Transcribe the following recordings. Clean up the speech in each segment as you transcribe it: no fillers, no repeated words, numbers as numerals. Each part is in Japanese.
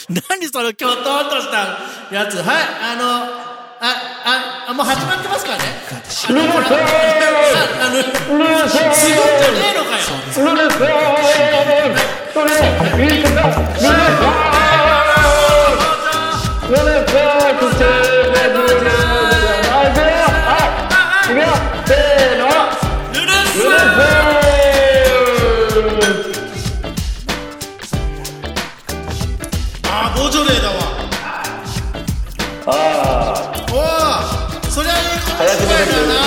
何そのきょとんとしたやつ。はい、もう始まってますからね。すぐんじゃねえのかよ。ボジョレーだわ。おお、そりゃいいことしない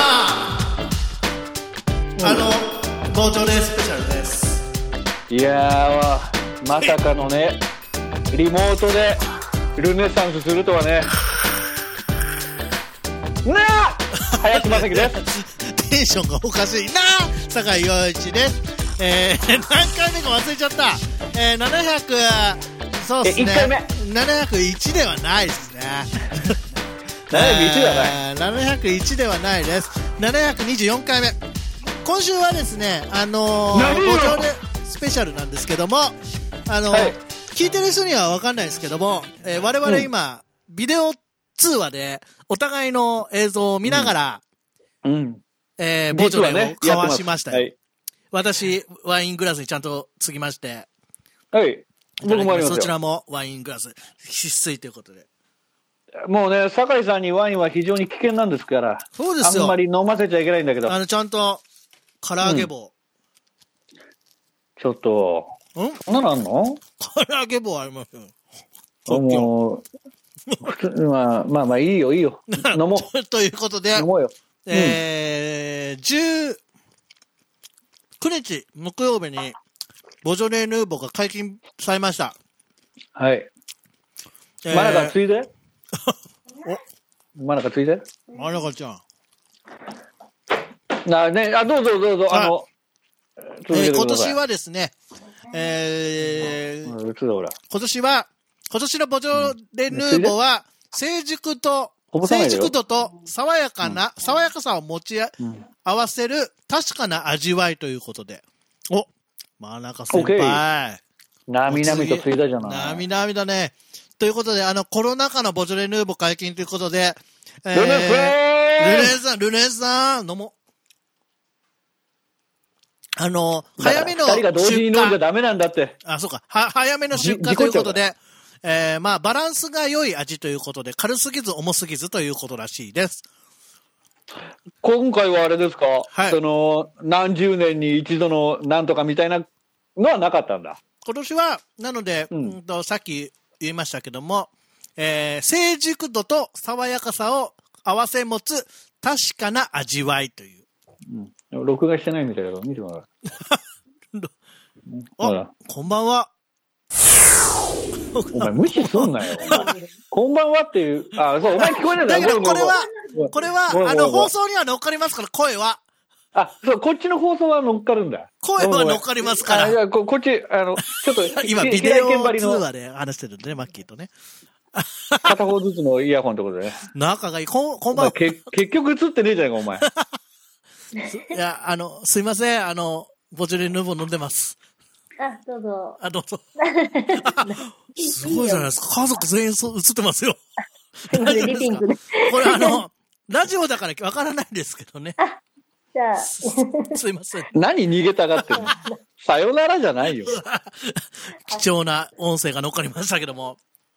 だな。ボジョレースペシャルです。 いやー、まさかのね、リモートでルネサンスするとはね。なあ、林正樹です。 テンションがおかしいな。酒井陽一です。何回目か忘れちゃった。700、そうですね。 1回目。 701ではないですね。 701ではない。 701ではないです。724回目。今週はですね、ボジョレスペシャルなんですけども、はい、聞いてる人には分かんないですけども、我々今、ビデオ通話でお互いの映像を見ながら、ボジョレを交わしましたよ。はい、私、ワイングラスにちゃんとつぎまして。 はい。僕もありますよ。 そちらもワイングラス、必須ということで。 もうね、酒井さんにワインは非常に危険なんですから。 そうですよ。 あんまり飲ませちゃいけないんだけど。 ちゃんと、唐揚げ棒。 ちょっと。そんなのあんの？ 唐揚げ棒ありますよ。 もう、普通、まあいいよ。飲もう。 ということで、 飲もうよ。 19日木曜日に、ボジョレ・ヌーボーが解禁されました。 はい。真中ついで真中ついで真中ちゃん。 どうぞ。 今年はですね、今年のボジョレ・ヌーボーは、成熟度と爽やかさを持ち合わせる確かな味わいということで。真中先輩。 なみなみとついだじゃない。 なみなみだね。ということで、コロナ禍のボジョレ・ヌーボー解禁ということで、ルネさん、飲もう。早めの出荷。 二人が同時に飲んじゃダメなんだって。 そうか。早めの出荷ということで、バランスが良い味ということで、軽すぎず重すぎずということらしいです。 今回はあれですか、 はい、 何十年に一度のなんとかみたいなのはなかったんだ。 今年は、なので、さっき言いましたけども、成熟度と爽やかさを合わせ持つ確かな味わいという。 録画してないみたいだから見てもらう。 こんばんは。 お前無視すんなよ。こんばんはっていう。そう、お前聞こえないんだ。 だけどこれは、放送には乗っかりますから、声は。 そう、こっちの放送は乗っかるんだ。 声は乗っかりますから。 いや、こっち、ちょっと、 今、ビデオ通話で話してるんでね、マッキーとね。 片方ずつのイヤホンってことでね。 仲がいい。こんばんは。 結局映ってねえじゃんか、お前。 いや、すいません、ボジョレ・ヌーボー飲んでます。 どうぞ。 どうぞ。すごいじゃないですか。家族全員映ってますよ。 リビングで。 これラジオだからわからないんですけどね。 じゃあ。 すいません。 何逃げたがってるの？さよならじゃないよ。 貴重な音声が乗っかりましたけども。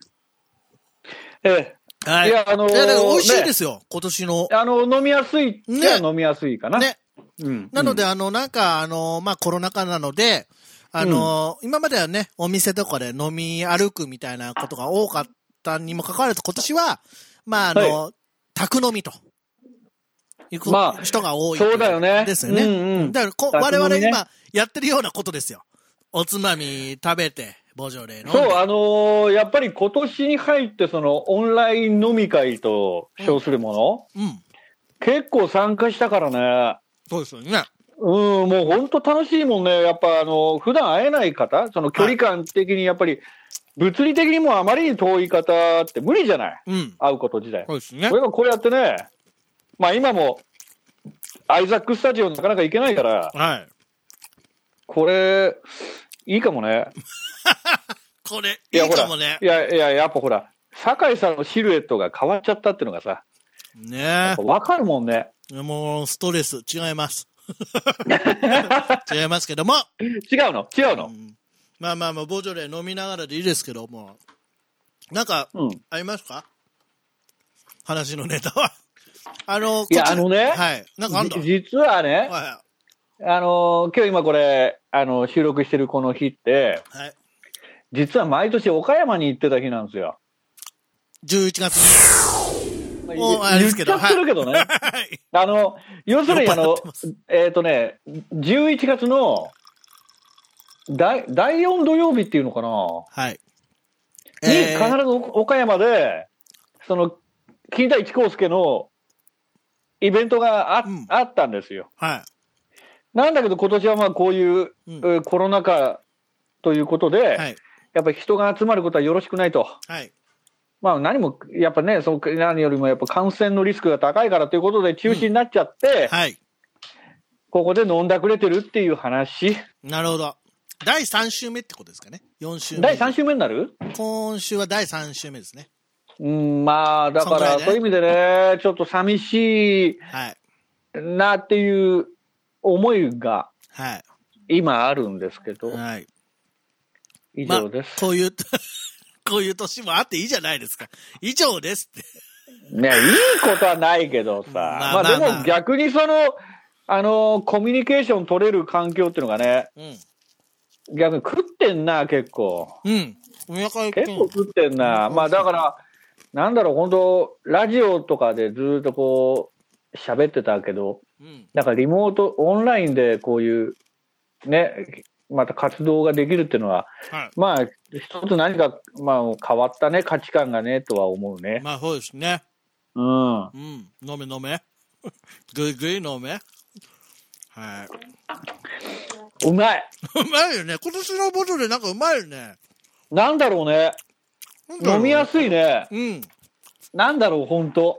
はい。いや、 美味しいですよ、今年の。 飲みやすいっちゃ飲みやすいかな。 ね。なので、コロナ禍なので、今まではね、お店とかで飲み歩くみたいなことが多かったにもかかわらず、今年は、宅飲みと。いう人が多い。 そうだよね。 ですよね。だから我々今やってるようなことですよ。おつまみ食べて、ボジョレ飲んで。 そう、やっぱり今年に入ってオンライン飲み会と称するもの、結構参加したからね。 そうですよね。 もう本当楽しいもんね。やっぱ普段会えない方、距離感的にやっぱり、物理的にもあまりに遠い方って無理じゃない。会うこと自体。 そうですね。 それがこうやってね、今も、アイザックスタジオなかなか行けないから、これ、いいかもね。 これ、いいかもね。 やっぱほら、酒井さんのシルエットが変わっちゃったっていうのがさ。 ねえ。 わかるもんね。 もう、ストレス、違います。違いますけども。 違うの、 まあ、ボジョレ飲みながらでいいですけども。なんか、ありますか？話のネタは。 いや、 はい。なんかあんだ。 実はね、 はい、 今日今これ、収録してるこの日って、 はい、 実は毎年岡山に行ってた日なんですよ。 11月に。 言っちゃってるけどね。要するに11月の第4土曜日っていうのかな。 はい。 に必ず岡山で、金田一耕助のイベントがあったんですよ。 はい。 なんだけど今年はまあこういう、コロナ禍ということで、はい、やっぱり人が集まることはよろしくないと。 はい。 まあ何も、やっぱね、何よりもやっぱ感染のリスクが高いからということで中止になっちゃって、 はい。 ここで飲んだくれてるっていう話。 なるほど。第3週目ってことですかね。4週目。 第3週目になる？ 今週は第3週目ですね。 まあ、だから、そういう意味でね、ちょっと寂しいなっていう思いが、今あるんですけど。はい。以上です。 こういう年もあっていいじゃないですか。以上ですって。 ね、いいことはないけどさ。まあでも逆にコミュニケーション取れる環境っていうのがね、逆に食ってんな、結構。結構食ってんな。まあだから、なんだろう、本当ラジオとかでずっとこう、喋ってたけど、だからリモート、オンラインでこういう、ね、また活動ができるっていうのは、まあ、一つ何か、まあ、変わったね、価値観がね、とは思うね。 まあ、そうですね。飲め。ぐいぐい飲め。はい。 うまい。 うまいよね。今年のボトルなんかうまいよね。 なんだろうね。飲みやすいね。なんだろう、ほんと。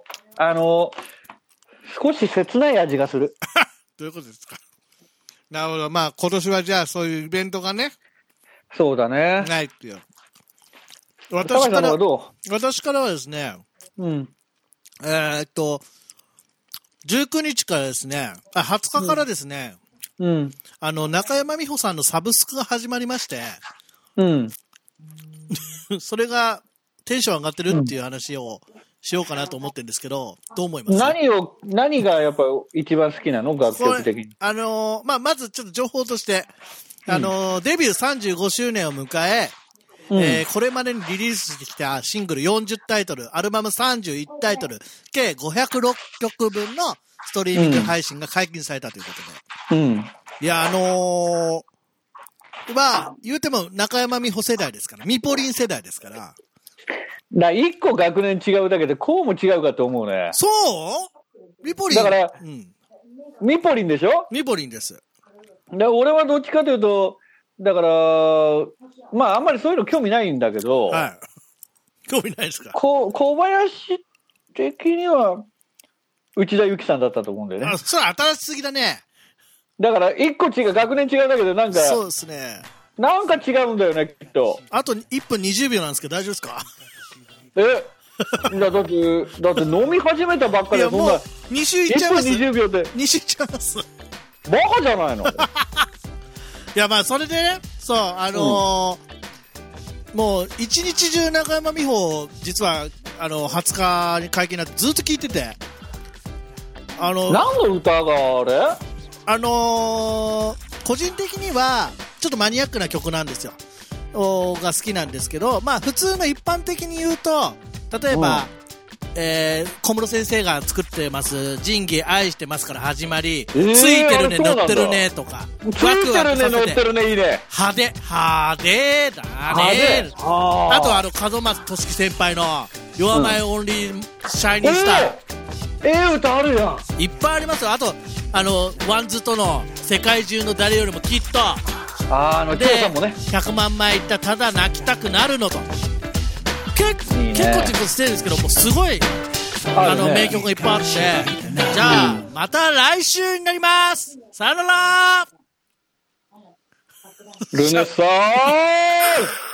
少し切ない味がする。 どういうことですか？なるほど。まあ、今年はじゃあそういうイベントがね。 そうだね。 ないっていう。私からはですね。19日からですね、20日からですね、中山美穂さんのサブスクが始まりまして、それがテンション上がってるっていう話をしようかなと思ってるんですけど、どう思います？ 何がやっぱ一番好きなの？楽曲的に。 まずちょっと情報として、デビュー35周年を迎え、これまでにリリースしてきたシングル40タイトル、アルバム31タイトル、計506曲分のストリーミング配信が解禁されたということで。いや、言うても中山美穂世代ですから、ミポリン世代ですから。 一個学年違うだけで、こうも違うかと思うね。 そうミポリン。 だから、ミポリンでしょ？ ミポリンです。 俺はどっちかというと、だから、まあ、あんまりそういうの興味ないんだけど、 興味ないですか？ 小林的には、内田有紀さんだったと思うんだよね。 それ新しすぎだね。 だから、一個学年違うだけど、なんか、 そうですね。 なんか違うんだよね、きっと。 あと1分20秒なんですけど、大丈夫ですか？ だって飲み始めたばっかりで、そんな、 2周いっちゃいます。 1分20秒で。 2周いっちゃいます。 バカじゃないの？いや、まあ、それでね、そう、もう、一日中中山美穂、実は、20日に解禁になってずっと聞いてて、 何の歌があれ？ 個人的には、ちょっとマニアックな曲なんですよ。が好きなんですけど、まあ、普通の一般的に言うと、例えば、小室先生が作ってます仁義愛してますから始まり、ついてるね乗ってるねとか、 ついてるね乗ってるねいいね、 派手だね、あと門松俊樹先輩の You're My Only Shining Star、 歌あるやん、 いっぱいありますよ。あとワンズとの世界中の誰よりもきっと、 で 100万枚いったただ泣きたくなるのと、結構自分してるんですけど、もうすごい名曲がいっぱいあって、じゃあまた来週になります。さよなら。 ルネッサー